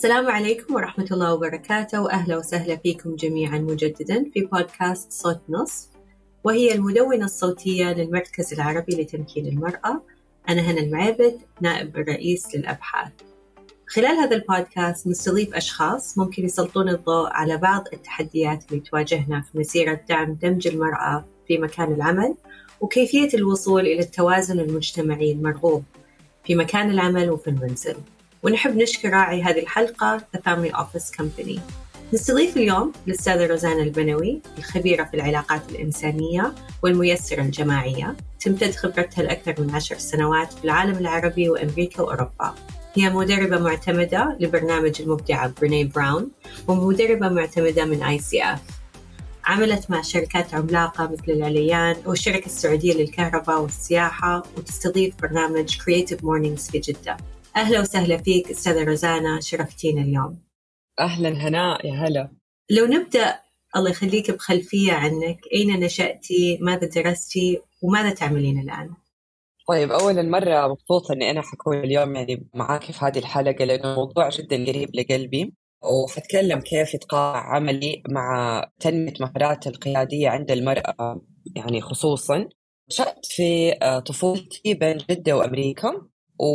السلام عليكم ورحمة الله وبركاته، وأهلا وسهلا فيكم جميعا مجددا في بودكاست صوت نصف، وهي المدونة الصوتية للمركز العربي لتمكين المرأة. أنا هنا المعابد، نائب الرئيس للأبحاث. خلال هذا البودكاست نستضيف أشخاص ممكن يسلطون الضوء على بعض التحديات اللي تواجهنا في مسيرة دعم دمج المرأة في مكان العمل، وكيفية الوصول إلى التوازن المجتمعي المرغوب في مكان العمل وفي المنزل. ونحب نشكر راعي هذه الحلقة The Family Office Company. نستضيف اليوم الأستاذة روزانا البنوي، الخبيرة في العلاقات الإنسانية والميسرة الجماعية. تمتد خبرتها لأكثر من 10 سنوات في العالم العربي وأمريكا وأوروبا. هي مدربة معتمدة لبرنامج المبدعة بريني براون، ومدربة معتمدة من ICF. عملت مع شركات عملاقة مثل العليان والشركة السعودية للكهرباء والسياحة، وتستضيف برنامج Creative Mornings في جدة. أهلا وسهلا فيك أستاذة روزانا، شرفتينا اليوم. أهلا هناء، يا هلا. لو نبدأ الله يخليك بخلفية عنك، أين نشأتي، ماذا درستي، وماذا تعملين الآن؟ طيب، أولا مرة مبسوطة أني أنا حكون اليوم معاك في هذه الحلقة، لأنه موضوع جدا قريب لقلبي، وحتكلم كيف يتقاطع عملي مع تنمية مهارات القيادية عند المرأة. خصوصا نشأت في طفولتي بين جدة وأمريكا،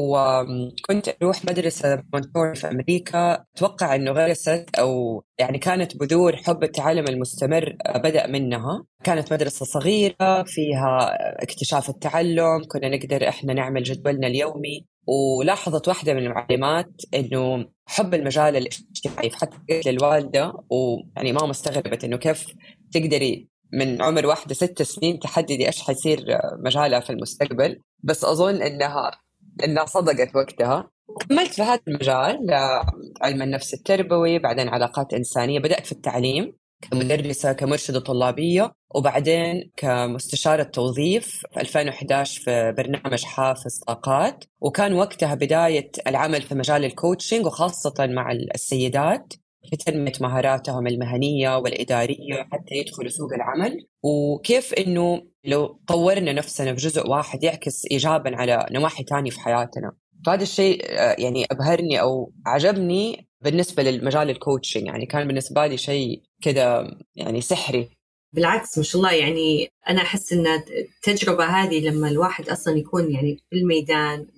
وكنت أروح مدرسة مونتوري في أمريكا. أتوقع أنه غرست أو كانت بذور حب التعلم المستمر بدأ منها. كانت مدرسة صغيرة فيها اكتشاف التعلم، كنا نقدر إحنا نعمل جدولنا اليومي. ولاحظت واحدة من المعلمات أنه حب المجال الاجتماعي، فحتى قلت للوالدة، ما مستغربت أنه كيف تقدري من عمر واحدة 6 سنين تحددي إيش حيصير مجالها في المستقبل. بس أظن إنها صدقت وقتها، وكملت في هذا المجال، علم النفس التربوي، بعدين علاقات إنسانية. بدأت في التعليم كمدرسة، كمرشدة طلابية، وبعدين كمستشارة توظيف في 2011 في برنامج حافز طاقات. وكان وقتها بداية العمل في مجال الكوتشنج، وخاصة مع السيدات في تنمية مهاراتهم المهنية والإدارية حتى يدخلوا سوق العمل، وكيف إنه لو طورنا نفسنا بجزء واحد يعكس إيجابا على نواحي تانية في حياتنا. فهذا الشيء أبهرني أو عجبني بالنسبة للمجال الكوتشنج. كان بالنسبة لي شيء كده سحري. بالعكس ما شاء الله، أنا أحس أن التجربة هذه لما الواحد أصلا يكون في الميدان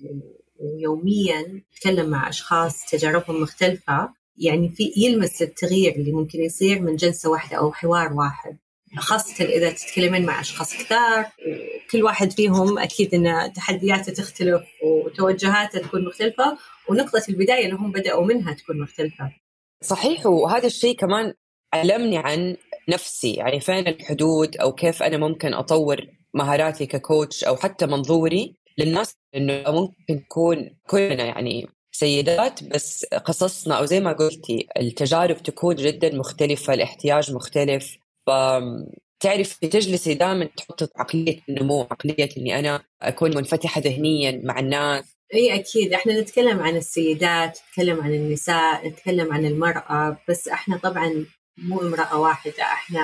ويوميا يتكلم مع أشخاص تجاربهم مختلفة، في يلمس التغيير اللي ممكن يصير من جلسة واحدة أو حوار واحد، خاصة إذا تتكلمين مع أشخاص كثار. كل واحد فيهم أكيد أن تحدياته تختلف وتوجهاته تكون مختلفة، ونقطة البداية اللي هم بدأوا منها تكون مختلفة. صحيح، وهذا الشيء كمان علمني عن نفسي، فين الحدود أو كيف أنا ممكن أطور مهاراتي ككوتش، أو حتى منظوري للناس، إنه ممكن تكون كلنا سيدات، بس قصصنا أو زي ما قلتي التجارب تكون جدا مختلفة، الاحتياج مختلف. فتعرف تجلسي دائما تحط عقلية النمو، عقلية إني أنا أكون منفتحة ذهنيا مع الناس. أي أكيد، إحنا نتكلم عن السيدات، نتكلم عن النساء، نتكلم عن المرأة، بس إحنا طبعا مو امرأة واحدة، إحنا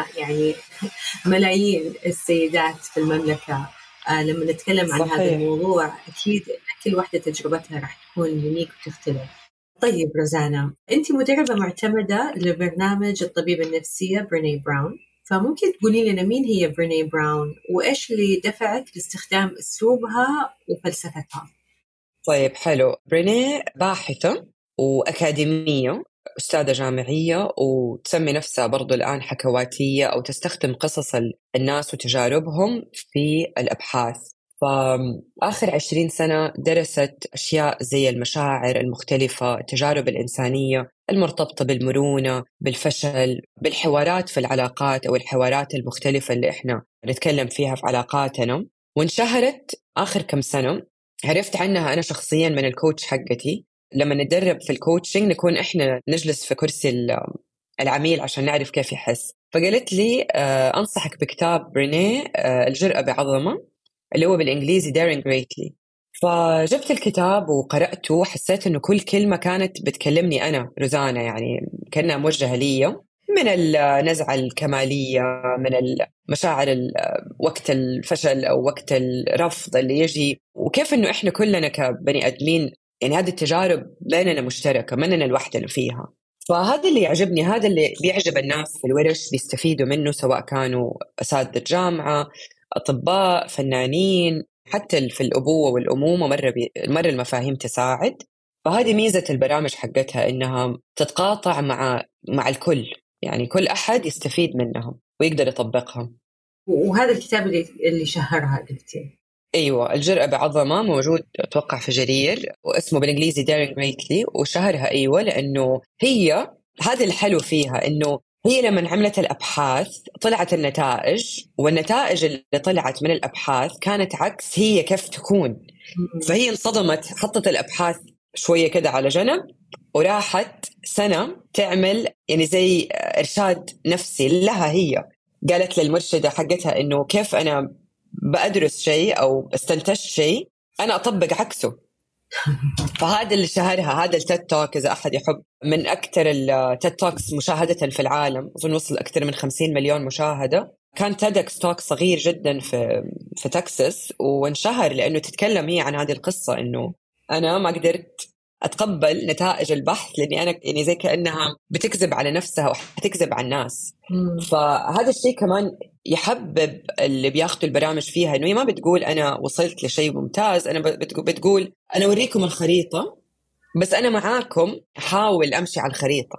ملايين السيدات في المملكة. لما نتكلم عن هذا الموضوع أكيد كل واحدة تجربتها راح تكون يونيك وتختلف. طيب روزانا، أنت مدربة معتمدة لبرنامج الطبيبة النفسية بريني براون، فممكن تقولي لنا مين هي بريني براون وإيش اللي دفعك لاستخدام أسلوبها وفلسفتها؟ طيب حلو. بريني باحثة وأكاديمية، أستاذة جامعية، وتسمي نفسها برضو الآن حكواتية، أو تستخدم قصص الناس وتجاربهم في الأبحاث. فآخر 20 سنة درست أشياء زي المشاعر المختلفة، التجارب الإنسانية المرتبطة بالمرونة، بالفشل، بالحوارات في العلاقات أو الحوارات المختلفة اللي إحنا نتكلم فيها في علاقاتنا. وانشهرت آخر كم سنة. عرفت عنها أنا شخصياً من الكوتش حقتي. لما نتدرب في الكوتشنج نكون إحنا نجلس في كرسي العميل عشان نعرف كيف يحس. فقالت لي أنصحك بكتاب برينيه، الجرأة بعظمة، اللي هو بالإنجليزي Daring Greatly. فجبت الكتاب وقرأته، وحسيت إنه كل كلمة كانت بتكلمني أنا روزانا، كأنها موجهة لي، من النزعة الكمالية، من المشاعر وقت الفشل أو وقت الرفض اللي يجي، وكيف إنه إحنا كلنا كبني أدمين يعني هذه التجارب بيننا مشتركة، مننا لوحدنا فيها. فهذا اللي يعجبني، هذا اللي بيعجب الناس في الورش، بيستفيدوا منه سواء كانوا أساتذة جامعة، أطباء، فنانين، حتى في الأبوة والأمومة مرة المفاهيم تساعد. فهذه ميزة البرامج حقتها، إنها تتقاطع مع الكل، يعني كل أحد يستفيد منها ويقدر يطبقها. وهذا الكتاب اللي شهرها قلتي؟ أيوة، الجرأة بعظمة، موجود أتوقع في جرير، واسمه بالإنجليزي Daring Greatly. وشهرها أيوة لأنه هي هذا الحلو فيها، إنه هي لما عملت الأبحاث طلعت النتائج، والنتائج اللي طلعت من الأبحاث كانت عكس هي كيف تكون. فهي انصدمت، حطت الأبحاث شوية كده على جنب، وراحت سنة تعمل يعني زي إرشاد نفسي لها. هي قالت للمرشدة حقتها إنه كيف أنا بأدرس شيء أو استنتج شيء أنا أطبق عكسه. فهذا اللي شهرها، هذا التيد توك. إذا أحد يحب، من أكثر التيد توكس مشاهدة في العالم، أظن وصل أكثر من 50 مليون مشاهدة. كان تيدكس توك صغير جدا في تكساس، وانشهر لأنه تتكلم هي عن هذه القصة، إنه أنا ما قدرت أتقبل نتائج البحث لأني أنا يعني زي كأنها بتكذب على نفسها وحتكذب على الناس. فهذا الشيء كمان يحبب اللي بياخدوا البرامج فيها، إنه هي ما بتقول أنا وصلت لشيء ممتاز، أنا بتقول أنا أوريكم الخريطة، بس أنا معاكم أحاول أمشي على الخريطة.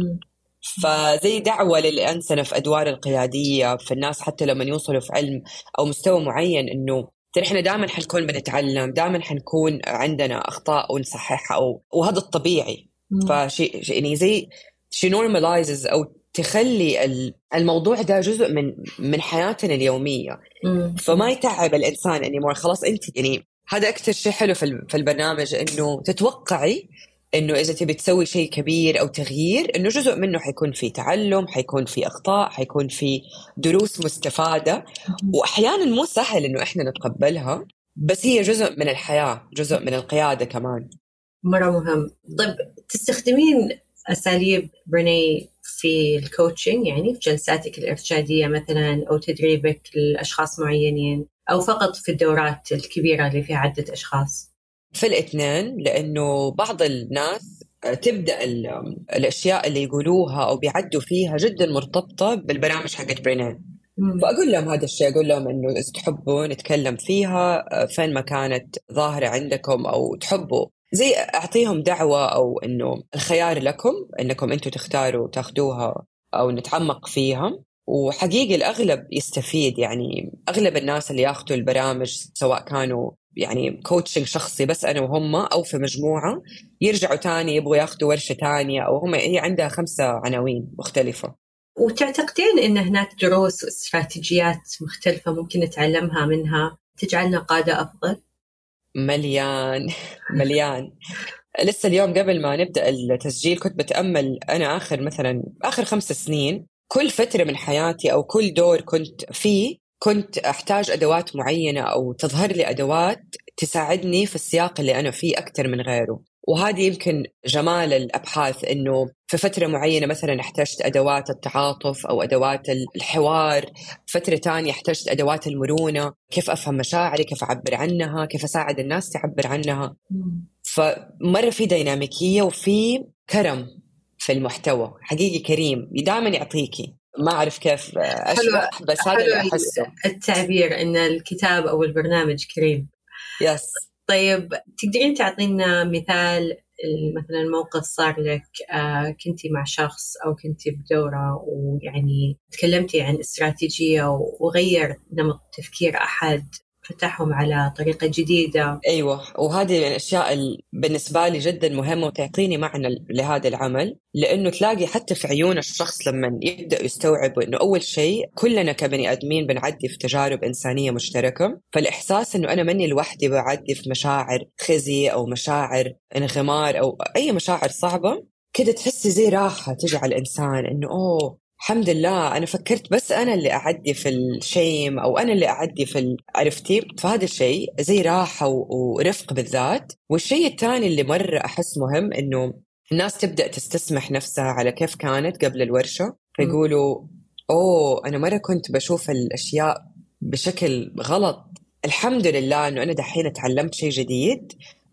فزي دعوة للأنسنة في أدوار القيادية في الناس، حتى لما يوصلوا في علم أو مستوى معين، إنه إحنا دائما حنكون بنتعلم، دائما حنكون عندنا أخطاء ونصححها، وهذا الطبيعي. فشيء يعني زي شي normalizes أو تخلي الموضوع ده جزء من حياتنا اليومية. فما يتعب الإنسان anymore. خلاص أنت يعني هذا أكثر شيء حلو في البرنامج، إنه تتوقعي إنه إذا تبي تسوي شيء كبير أو تغيير، إنه جزء منه حيكون في تعلم، حيكون في أخطاء، حيكون في دروس مستفادة، وأحيانا مو سهل إنه إحنا نتقبلها، بس هي جزء من الحياة، جزء من القيادة كمان. مرة مهم. طيب تستخدمين أساليب بريني في الكوتشنج، يعني في جلساتك الإرشادية مثلا، أو تدريبك لأشخاص معينين، أو فقط في الدورات الكبيرة اللي فيها عدة أشخاص؟ في الاثنين، لأنه بعض الناس تبدأ الأشياء اللي يقولوها أو بيعدوا فيها جدا مرتبطة بالبرامج حقت بريني. فأقول لهم هذا الشيء، أقول لهم إنه إذا تحبوا نتكلم فيها فين ما كانت ظاهرة عندكم أو تحبوا، زي أعطيهم دعوة أو إنه الخيار لكم إنكم أنتوا تختاروا تاخدوها أو نتعمق فيها. وحقيقي الأغلب يستفيد، يعني أغلب الناس اللي ياخدوا البرامج سواء كانوا يعني كوتشنج شخصي بس أنا وهم، أو في مجموعة، يرجعوا تاني يبغوا ياخدوا ورشة تانية، أو هي عندها 5 عناوين مختلفة. وتعتقدين إن هناك دروس واستراتيجيات مختلفة ممكن نتعلمها منها تجعلنا قادة أفضل؟ مليان مليان. لسه اليوم قبل ما نبدأ التسجيل كنت بتأمل أنا آخر 5 سنين، كل فترة من حياتي أو كل دور كنت فيه كنت أحتاج أدوات معينة أو تظهر لي أدوات تساعدني في السياق اللي أنا فيه أكتر من غيره. وهذه يمكن جمال الأبحاث، إنه في فترة معينة مثلا احتجت أدوات التعاطف أو أدوات الحوار، فترة تانية احتجت أدوات المرونة، كيف أفهم مشاعري، كيف أعبر عنها، كيف أساعد الناس تعبر عنها. فمرة في ديناميكية وفي كرم في المحتوى، حقيقي كريم دائما يعطيكي. ما أعرف كيف أشرح، بس هذا اللي أحسه التعبير إن الكتاب أو البرنامج كريم. يس. طيب تقدرين تعطينا مثال، مثلا موقف صار لك، كنتي مع شخص أو كنتي بدورة ويعني تكلمتي عن استراتيجية وغير نمط تفكير أحد، فتحهم على طريقة جديدة؟ أيوة، وهذه الأشياء بالنسبة لي جدا مهمة وتعطيني معنى لهذا العمل، لأنه تلاقي حتى في عيون الشخص لما يبدأ يستوعب أنه أول شيء كلنا كبني آدمين بنعدي في تجارب إنسانية مشتركة، فالإحساس أنه أنا مني لوحدي بعدي في مشاعر خزي أو مشاعر انغمار أو أي مشاعر صعبة كده، تحسي زي راحة تجي على الإنسان، أنه أوه الحمد لله أنا فكرت بس أنا اللي أعدي في الشيم أو أنا اللي أعدي في عرفتي. فهذا الشيء زي راحة ورفق بالذات. والشيء الثاني اللي مرة أحس مهم، إنه الناس تبدأ تستسمح نفسها على كيف كانت قبل الورشة، فيقولوا أوه أنا مرة كنت بشوف الأشياء بشكل غلط، الحمد لله إنه أنا دحين تعلمت شيء جديد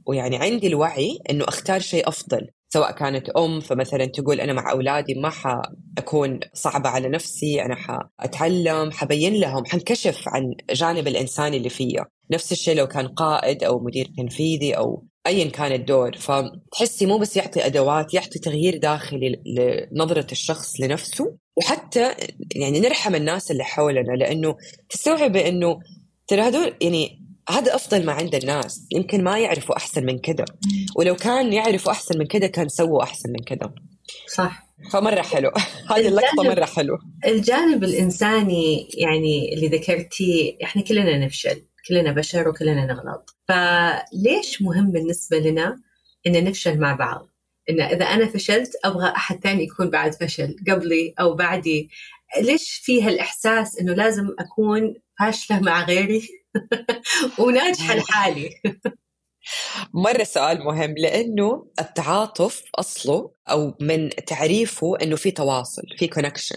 ويعني عندي الوعي إنه أختار شيء أفضل، سواء كانت فمثلا تقول أنا مع أولادي ما حأكون صعبة على نفسي، أنا حأتعلم، حبين لهم، حنكشف عن جانب الإنساني اللي فيه. نفس الشيء لو كان قائد أو مدير تنفيذي أو أيا كان الدور، فتحسي مو بس يعطي أدوات، يعطي تغيير داخلي لنظرة الشخص لنفسه، وحتى يعني نرحم الناس اللي حولنا، لأنه تستوعب إنه ترى هذول يعني هذا أفضل ما عند الناس، يمكن ما يعرفوا أحسن من كده، ولو كان يعرفوا أحسن من كده كان سووا أحسن من كده. صح. فمرة حلو هذه اللقطة مرة حلو. الجانب الإنساني يعني اللي ذكرتي، إحنا كلنا نفشل، كلنا بشر وكلنا نغلط، فليش مهم بالنسبة لنا إن نفشل مع بعض؟ إن إذا أنا فشلت أبغى أحد ثاني يكون بعد فشل قبلي أو بعدي. ليش فيها الإحساس إنه لازم أكون فاشلة مع غيري وناجحة لحالي؟ مرة سؤال مهم، لأنه التعاطف أصله أو من تعريفه أنه في تواصل، في كونكشن،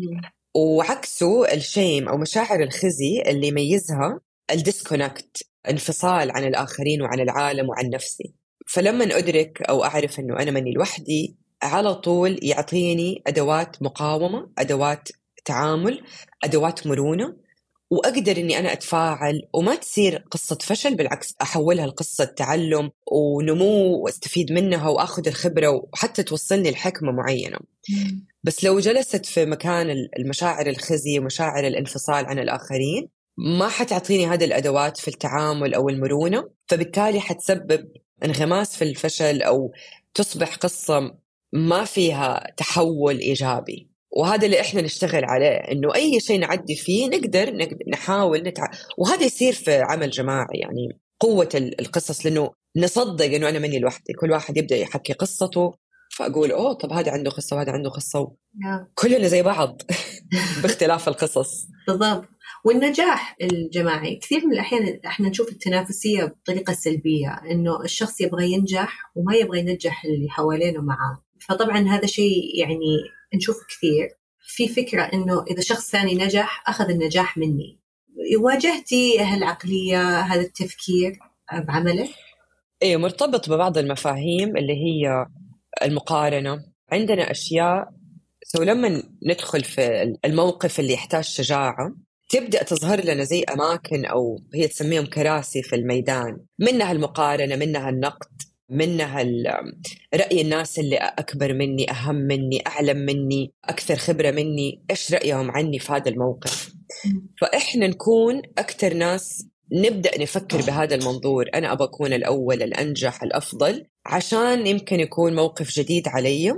وعكسه الشيم أو مشاعر الخزي اللي يميزها الديسكونكت، انفصال عن الآخرين وعن العالم وعن نفسي. فلما أدرك أو أعرف أنه أنا مني لوحدي، على طول يعطيني أدوات مقاومة، أدوات تعامل، أدوات مرونة، وأقدر أني أنا أتفاعل، وما تصير قصة فشل، بالعكس أحولها لقصة تعلم ونمو واستفيد منها وأخذ الخبرة وحتى توصلني لحكمة معينة. بس لو جلست في مكان المشاعر الخزي ومشاعر الانفصال عن الآخرين، ما حتعطيني هذه الأدوات في التعامل أو المرونة، فبالتالي حتسبب انغماس في الفشل أو تصبح قصة ما فيها تحول إيجابي. وهذا اللي إحنا نشتغل عليه، إنه أي شيء نعدي فيه نقدر نحاول وهذا يصير في عمل جماعي، يعني قوة القصص، لأنه نصدق إنه أنا مني لوحدي، كل واحد يبدأ يحكي قصته، فأقول أوه طب هذا عنده قصة وهذا عنده قصة، كلنا زي بعض باختلاف القصص. بالضبط. والنجاح الجماعي كثير من الأحيان احنا نشوف التنافسية بطريقة سلبية، إنه الشخص يبغى ينجح وما يبغى ينجح اللي حوالينه معاه، فطبعا هذا شيء يعني نشوف كثير في فكرة إنه إذا شخص ثاني نجح أخذ النجاح مني. واجهتي هالعقلية، هذا التفكير بعملك؟ إيه، مرتبط ببعض المفاهيم اللي هي المقارنة. عندنا أشياء لما ندخل في الموقف اللي يحتاج شجاعة، تبدأ تظهر لنا زي أماكن أو هي تسميهم كراسي في الميدان، منها المقارنة، منها النقد، منها رأي الناس اللي أكبر مني، أهم مني، أعلم مني، أكثر خبرة مني، إيش رأيهم عني في هذا الموقف. فإحنا نكون أكثر ناس نبدأ نفكر بهذا المنظور، أنا أبغى أكون الأول، الأنجح، الأفضل، عشان يمكن يكون موقف جديد علي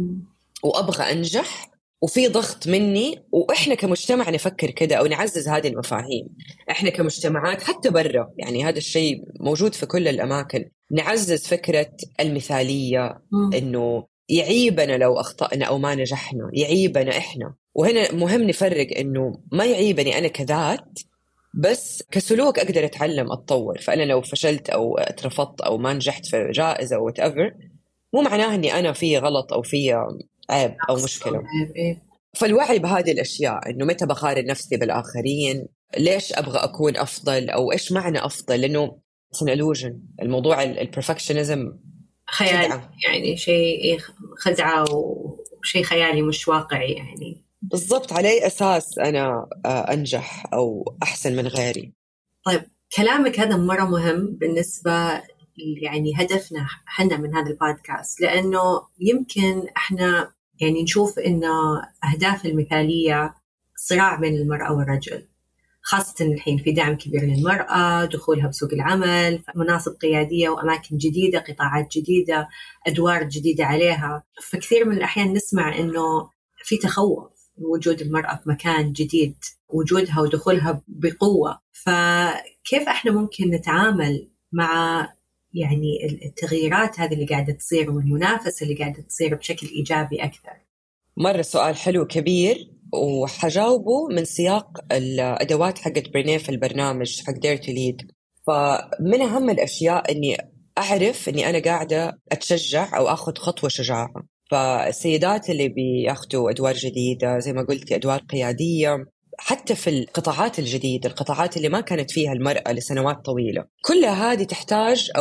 وأبغى أنجح وفي ضغط مني. وإحنا كمجتمع نفكر كده أو نعزز هذه المفاهيم، إحنا كمجتمعات حتى برا، يعني هذا الشيء موجود في كل الأماكن، نعزز فكرة المثالية، إنه يعيبنا لو أخطأنا أو ما نجحنا، يعيبنا إحنا. وهنا مهم نفرق إنه ما يعيبني أنا كذات، بس كسلوك أقدر أتعلم أتطور. فأنا لو فشلت أو اترفضت أو ما نجحت في جائزة أو whatever، مو معناه أني أنا في غلط أو في عيب أو مشكلة. فالوعي بهذه الأشياء، إنه متى بقارن نفسي بالآخرين، ليش أبغى أكون أفضل، أو إيش معنى أفضل، لأنه illusion، الموضوع البرفكشنزم خيال، يعني شيء خدعة وشيء خيالي مش واقعي يعني. بالضبط، على أي أساس أنا أنجح أو أحسن من غيري؟ طيب كلامك هذا مرة مهم بالنسبة يعني هدفنا حنا من هذا البودكاست، لأنه يمكن احنا يعني نشوف إنه أهداف المثالية صراع بين المرأة والرجل، خاصة الحين في دعم كبير للمرأة، دخولها بسوق العمل، مناصب قيادية وأماكن جديدة، قطاعات جديدة، أدوار جديدة عليها. فكثير من الأحيان نسمع إنه في تخوف وجود المرأة في مكان جديد، وجودها ودخولها بقوة. فكيف احنا ممكن نتعامل مع يعني التغييرات هذه اللي قاعدة تصير والمنافسة اللي قاعدة تصير بشكل إيجابي أكثر؟ مرة سؤال حلو كبير، وحجاوبه من سياق الأدوات حقت برينيه في البرنامج حق Dare to Lead. فمن أهم الأشياء أني أعرف أني أنا قاعدة أتشجع أو أخذ خطوة شجاعة. فالسيدات اللي بياخدوا أدوار جديدة، زي ما قلتي أدوار قيادية، حتى في القطاعات الجديدة، القطاعات اللي ما كانت فيها المرأة لسنوات طويلة، كلها هذه تحتاج أو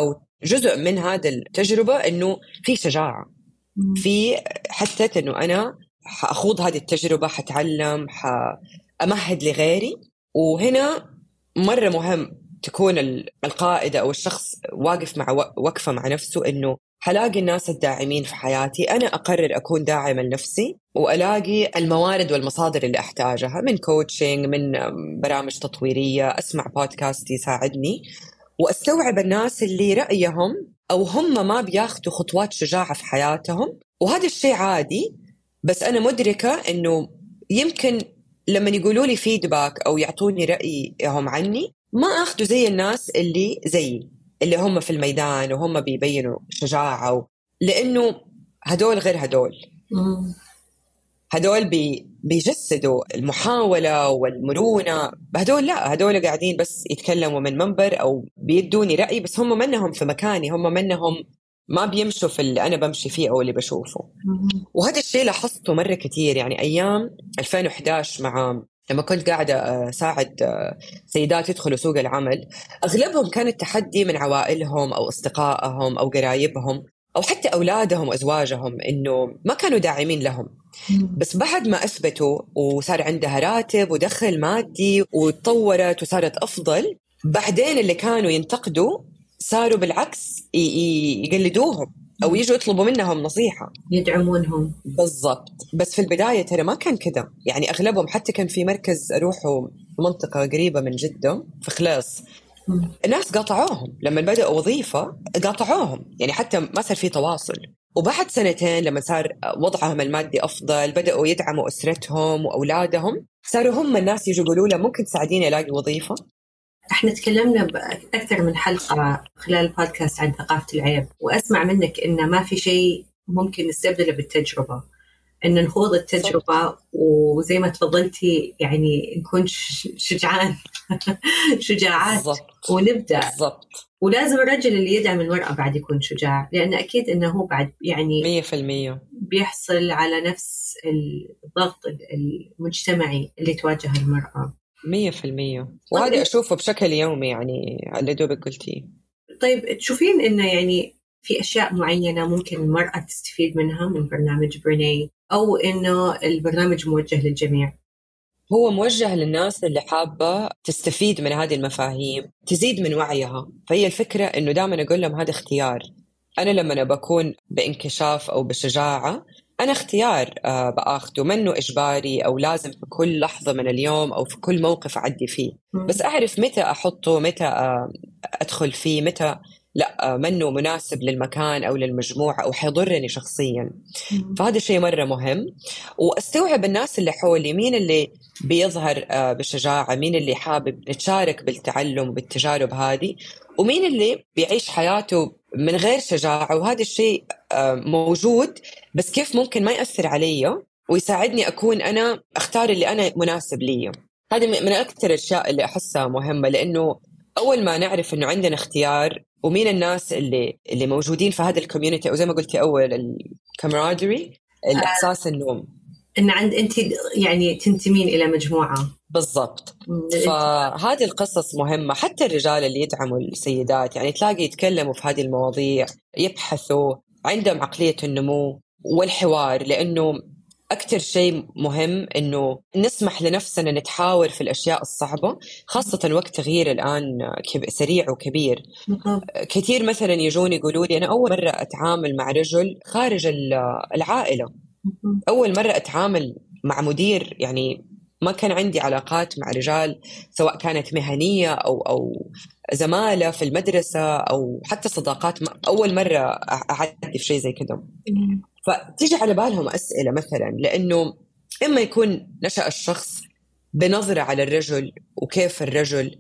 جزء من هذا التجربة إنه في شجاعة، في حتى إنه أنا حأخوض هذه التجربة، حتعلم، حأمهد لغيري. وهنا مرة مهم تكون القائدة أو الشخص واقف وقفة مع نفسه، إنه حلاقي الناس الداعمين في حياتي، أنا أقرر أكون داعمة لنفسي وألاقي الموارد والمصادر اللي أحتاجها من كوتشنج، من برامج تطويرية، أسمع بودكاست يساعدني، وأستوعب الناس اللي رأيهم أو هم ما بياخدوا خطوات شجاعة في حياتهم. وهذا الشيء عادي، بس أنا مدركة إنه يمكن لما يقولوا لي فيدباك أو يعطوني رأيهم عني ما أخذوا زي الناس اللي زيي، اللي هم في الميدان وهم بيبينوا شجاعة، لأنه هدول غير هدول. هدول بيجسدوا المحاولة والمرونة، هدول لا، هدول قاعدين بس يتكلموا من منبر أو بيدوني رأي، بس هم منهم في مكاني، هم منهم ما بيمشوا في اللي أنا بمشي فيه أو اللي بشوفه. وهذا الشيء لاحظته مرة كتير، يعني أيام 2011 لما كنت قاعدة ساعد سيدات يدخلوا سوق العمل، أغلبهم كان التحدي من عوائلهم أو أصدقائهم أو قرايبهم أو حتى أولادهم وأزواجهم، إنه ما كانوا داعمين لهم. بس بعد ما أثبتوا وصار عندها راتب ودخل مادي وتطورت وصارت أفضل، بعدين اللي كانوا ينتقدوا صاروا بالعكس يقلدوهم أو يجوا يطلبوا منهم نصيحة، يدعمونهم. بالضبط. بس في البداية ترى ما كان كده، يعني أغلبهم حتى كان في مركز أروحه في منطقة قريبة من جدة في خلاص، الناس قاطعوهم لما بدأوا وظيفة، قاطعوهم، يعني حتى ما صار في تواصل. وبعد سنتين لما صار وضعهم المادي أفضل، بدأوا يدعموا أسرتهم وأولادهم، صاروا هم الناس يجوا يقولوا له ممكن تساعديني ألاقي وظيفة. احنا تكلمنا بأكثر من حلقة خلال البودكاست عن ثقافة العيب، وأسمع منك إن ما في شيء ممكن نستبدله بالتجربة، إن نخوض التجربة وزي ما تفضلتي يعني نكون شجعان شجاعات بالضبط. ونبدأ بالضبط. ولازم الرجل اللي يدعم المرأة بعد يكون شجاع، لأن أكيد إنه هو بعد يعني 100% بيحصل على نفس الضغط المجتمعي اللي تواجه المرأة. 100%. وهذا أشوفه بشكل يومي، يعني اللي دوبك قلتيه. طيب تشوفين إنه يعني في أشياء معينة ممكن المرأة تستفيد منها من برنامج برينيه، أو إنه البرنامج موجه للجميع؟ هو موجه للناس اللي حابة تستفيد من هذه المفاهيم، تزيد من وعيها. فهي الفكرة إنه دائما أقول لهم هذا اختيار. أنا لما بكون بانكشاف أو بشجاعة، أنا اختيار بأخذه، منه إجباري أو لازم في كل لحظة من اليوم أو في كل موقف أعدي فيه. بس أعرف متى أحطه، متى أدخل فيه، متى لا منه مناسب للمكان أو للمجموعة أو حيضرني شخصيا. فهذا شيء مرة مهم. واستوعب الناس اللي حولي، مين اللي بيظهر بشجاعة، مين اللي حابب نتشارك بالتعلم بالتجارب هذه، ومين اللي بيعيش حياته من غير شجاعة. وهذا الشيء موجود، بس كيف ممكن ما يأثر علي ويساعدني أكون أنا أختار اللي أنا مناسب لي. هذه من أكثر الأشياء اللي أحسها مهمة، لأنه أول ما نعرف إنه عندنا اختيار ومين الناس اللي موجودين في هذا الكوميونتي، أو زي ما قلتي أول الكامرادري، الإحساس إنه أنت يعني تنتمين إلى مجموعة. بالضبط. فهذه القصص مهمة. حتى الرجال اللي يدعموا السيدات، يعني تلاقي يتكلموا في هذه المواضيع، يبحثوا، عندهم عقلية النمو والحوار. لأنه أكتر شيء مهم إنه نسمح لنفسنا نتحاور في الأشياء الصعبة، خاصة وقت تغيير الآن سريع وكبير. كثير مثلا يجون يقولوا لي أنا أول مرة أتعامل مع رجل خارج العائلة، أول مرة أتعامل مع مدير، يعني ما كان عندي علاقات مع رجال سواء كانت مهنية أو زمالة في المدرسة أو حتى صداقات، أول مرة أعدي في شيء زي كده. فتيجي على بالهم أسئلة مثلا، لأنه إما يكون نشأ الشخص بنظرة على الرجل وكيف الرجل،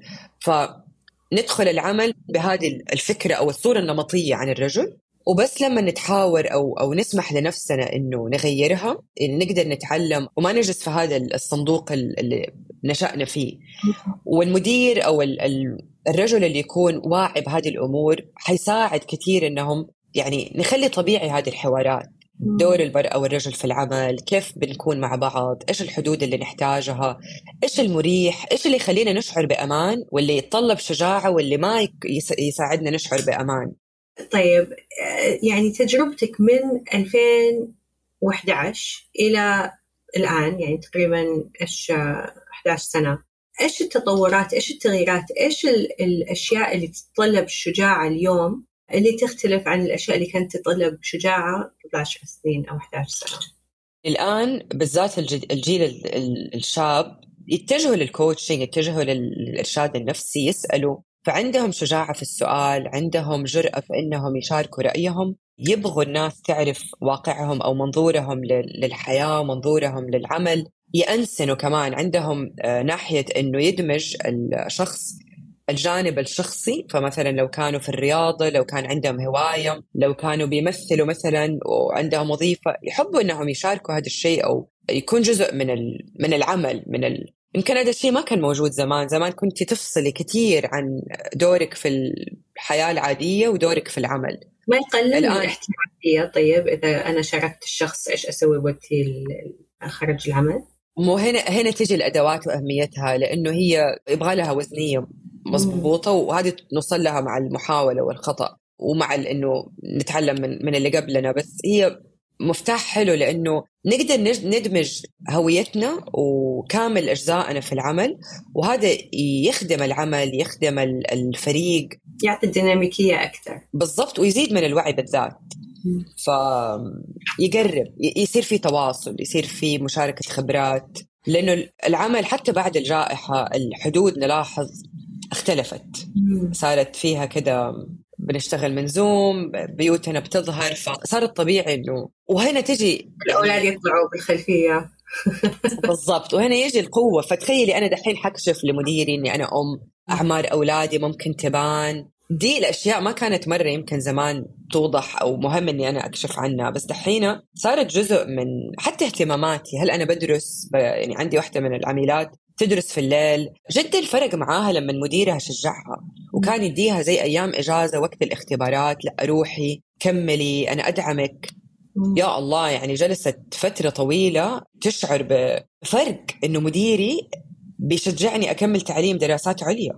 فندخل العمل بهذه الفكرة أو الصورة النمطية عن الرجل، وبس لما نتحاور أو نسمح لنفسنا إنه نغيرها، إن نقدر نتعلم وما نجلس في هذا الصندوق اللي نشأنا فيه. والمدير أو الرجل اللي يكون واعي بهذه الأمور حيساعد كثير إنهم يعني نخلي طبيعي هذه الحوارات، دور المرأة والرجل في العمل، كيف بنكون مع بعض، إيش الحدود اللي نحتاجها، إيش المريح، إيش اللي يخلينا نشعر بأمان، واللي يتطلب شجاعة، واللي ما يساعدنا نشعر بأمان. طيب، يعني تجربتك من 2011 إلى الآن، يعني تقريبا 11 سنة، إيش التطورات، إيش التغييرات، إيش الأشياء اللي تتطلب الشجاعة اليوم اللي تختلف عن الأشياء اللي كانت تتطلب شجاعة قبل 10 سنين أو 11 سنة؟ الآن بالذات الجيل الشاب يتجهوا للكوتشنج، يتجهوا للإرشاد النفسي، يسألوا، فعندهم شجاعة في السؤال، عندهم جرأة في إنهم يشاركوا رأيهم، يبغوا الناس تعرف واقعهم أو منظورهم للحياة، منظورهم للعمل، يأنسنوا كمان، عندهم ناحية إنه يدمج الشخص الجانب الشخصي. فمثلا لو كانوا في الرياضة، لو كان عندهم هواية، لو كانوا بيمثلوا مثلا وعندهم وظيفة، يحبوا إنهم يشاركوا هذا الشيء أو يكون جزء من العمل يمكن هذا الشيء ما كان موجود زمان. زمان كنت تفصلي كثير عن دورك في الحياة العادية ودورك في العمل. ما يقلل من الآن الاحترافية؟ طيب إذا أنا شاركت الشخص إيش أسوي وقتي خارج العمل؟ مو هنا تجي الأدوات وأهميتها، لأنه هي يبغى لها وزنية مضبوطة، وهذه نوصل لها مع المحاولة والخطأ ومع إنه نتعلم من اللي قبلنا. بس هي مفتاح حلو لأنه نقدر ندمج هويتنا وكامل أجزائنا في العمل، وهذا يخدم العمل، يخدم الفريق، يعطي الديناميكية أكثر. بالضبط، ويزيد من الوعي بالذات. فيقرب، يصير في تواصل، يصير في مشاركة خبرات، لأنه العمل حتى بعد الجائحة الحدود نلاحظ اختلفت، صارت فيها كده بنشتغل من زوم، بيوتنا بتظهر، فصار الطبيعي إنه وهنا تجي الأولاد يطلعوا بالخلفية. بالضبط، وهنا يجي القوة. فتخيلي أنا دحين حكشف لمديري إني أنا أعمار أولادي ممكن تبان، دي الأشياء ما كانت مرة يمكن زمان توضح أو مهم إني أنا أكشف عنها، بس دحين صارت جزء من حتى اهتماماتي. هل أنا بدرس يعني عندي واحدة من العميلات تدرس في الليل، جدا الفرق معاها لما مديرها شجعها وكان يديها زي أيام إجازة وقت الاختبارات، لا روحي كملي أنا أدعمك. يا الله، يعني جلست فترة طويلة تشعر بفرق إنه مديري بيشجعني أكمل تعليم دراسات عليا.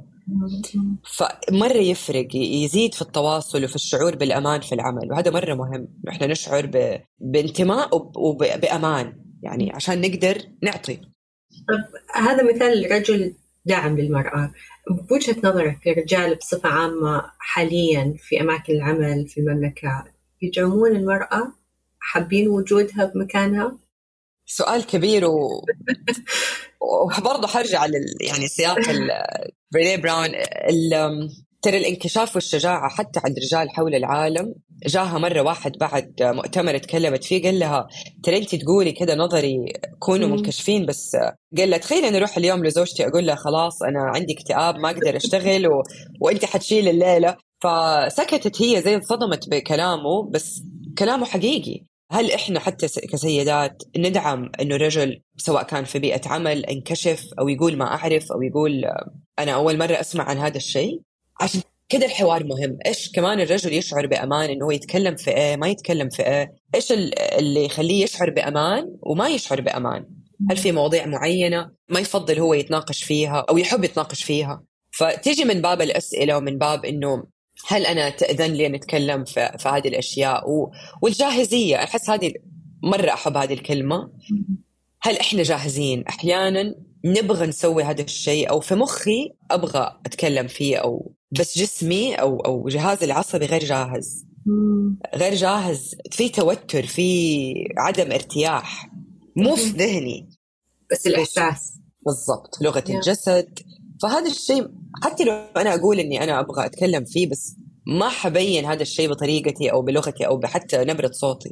فمرة يفرق، يزيد في التواصل وفي الشعور بالأمان في العمل، وهذا مرة مهم إحنا نشعر بانتماء وبأمان، يعني عشان نقدر نعطي. طب هذا مثال رجل داعم للمرأة. بوجهة نظرك الرجال بصفة عامة حاليا في أماكن العمل في المملكة يدعمون المرأة؟ حابين وجودها بمكانها؟ سؤال كبير وبرضه حرجع يعني سياق برينيه براون. ترى الانكشاف والشجاعة حتى عند الرجال حول العالم، جاها مرة واحد بعد مؤتمر تكلمت فيه قال لها ترى انت تقولي كده نظري كونوا منكشفين، بس قال لها تخيل أنا أروح اليوم لزوجتي أقول لها خلاص أنا عندي اكتئاب ما أقدر أشتغل وانت حتشيل الليلة. فسكتت هي زي انصدمت بكلامه، بس كلامه حقيقي. هل إحنا حتى كسيدات ندعم إنه الرجل سواء كان في بيئة عمل انكشف أو يقول ما أعرف أو يقول أنا أول مرة أسمع عن هذا الشيء؟ عشان كده الحوار مهم. إيش كمان الرجل يشعر بأمان إنه هو يتكلم في إيه، ما يتكلم في إيه، إيش اللي يخليه يشعر بأمان وما يشعر بأمان. هل في مواضيع معينة ما يفضل هو يتناقش فيها أو يحب يتناقش فيها؟ فتيجي من باب الأسئلة ومن باب إنه هل أنا تأذن لي نتكلم في هذه الأشياء والجاهزية. أحس هذه مرة أحب هذه الكلمة. هل إحنا جاهزين؟ أحياناً نبغى نسوي هذا الشيء أو في مخي أبغى أتكلم فيه، أو بس جسمي أو جهازي العصبي غير جاهز، غير جاهز، في توتر، في عدم ارتياح، مو في ذهني بس الإحساس. بالضبط، لغة الجسد. فهذا الشيء حتى لو أنا أقول إني أنا أبغى أتكلم فيه، بس ما حبين هذا الشيء بطريقتي أو بلغتي أو بحتى نبرة صوتي.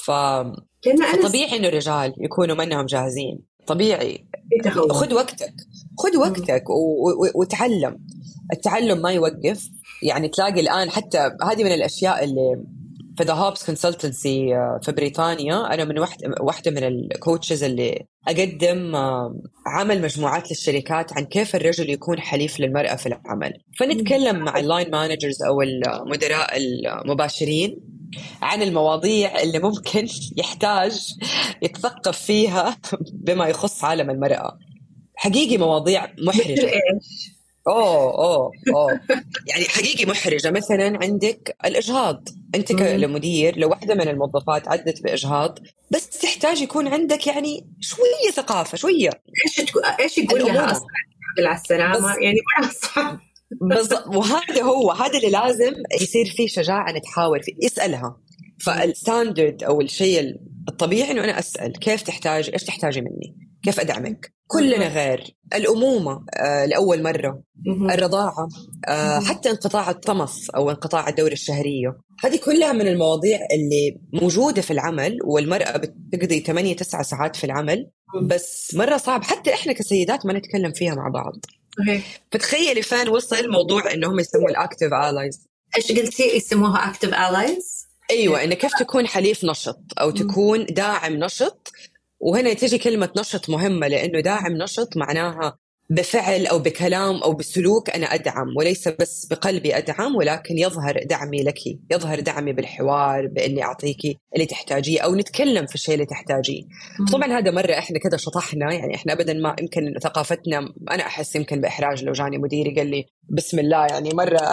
فطبيعي إنه الرجال يكونوا منهم جاهزين، طبيعي. خذ وقتك، خذ وقتك وتعلم. التعلم ما يوقف. يعني تلاقي الآن حتى هذه من الأشياء اللي في The Hobbs Consultancy في بريطانيا، أنا من واحدة من الكوتشز اللي أقدم عمل مجموعات للشركات عن كيف الرجل يكون حليف للمرأة في العمل. فنتكلم مع اللاين مانجرز أو المدراء المباشرين عن المواضيع اللي ممكن يحتاج يتثقف فيها بما يخص عالم المرأة. حقيقي مواضيع محرجة. أوه يعني حقيقي محرجة. مثلا عندك الإجهاض، أنت كمدير لو واحدة من الموظفات عدت بإجهاض، بس تحتاج يكون عندك يعني شوية ثقافة، شوية ايش يقول لها اصلا على السلامة، بس يعني مرة صعب. بالضبط. هذا اللي لازم يصير فيه شجاعة نتحاور فيه، يسألها. فالستاندرد أو الشيء الطبيعي إنه أنا أسأل كيف تحتاج، إيش تحتاجي مني، كيف أدعمك. كلنا غير. الأمومة لأول مرة، الرضاعة، حتى انقطاع الطمث أو انقطاع الدورة الشهرية، هذه كلها من المواضيع اللي موجودة في العمل، والمرأة بتقضي 8-9 ساعات في العمل، بس مرة صعب حتى إحنا كسيدات ما نتكلم فيها مع بعض. فتخيلي فين وصل الموضوع إنهم يسموا الأكتيف آلايز. إيش قلتي يسموها أكتيف آلايز؟ أيوة، إنه كيف تكون حليف نشط أو تكون داعم نشط. وهنا تيجي كلمة نشط مهمة، لأنه داعم نشط معناها بفعل أو بكلام أو بسلوك أنا أدعم، وليس بس بقلبي أدعم، ولكن يظهر دعمي لك، يظهر دعمي بالحوار، بإني أعطيكي اللي تحتاجيه أو نتكلم في الشيء اللي تحتاجيه. طبعا هذا مرة إحنا كده شطحنا، يعني إحنا أبدا ما يمكن ثقافتنا، أنا أحس يمكن بإحراج لو جاني مديري قال لي بسم الله، يعني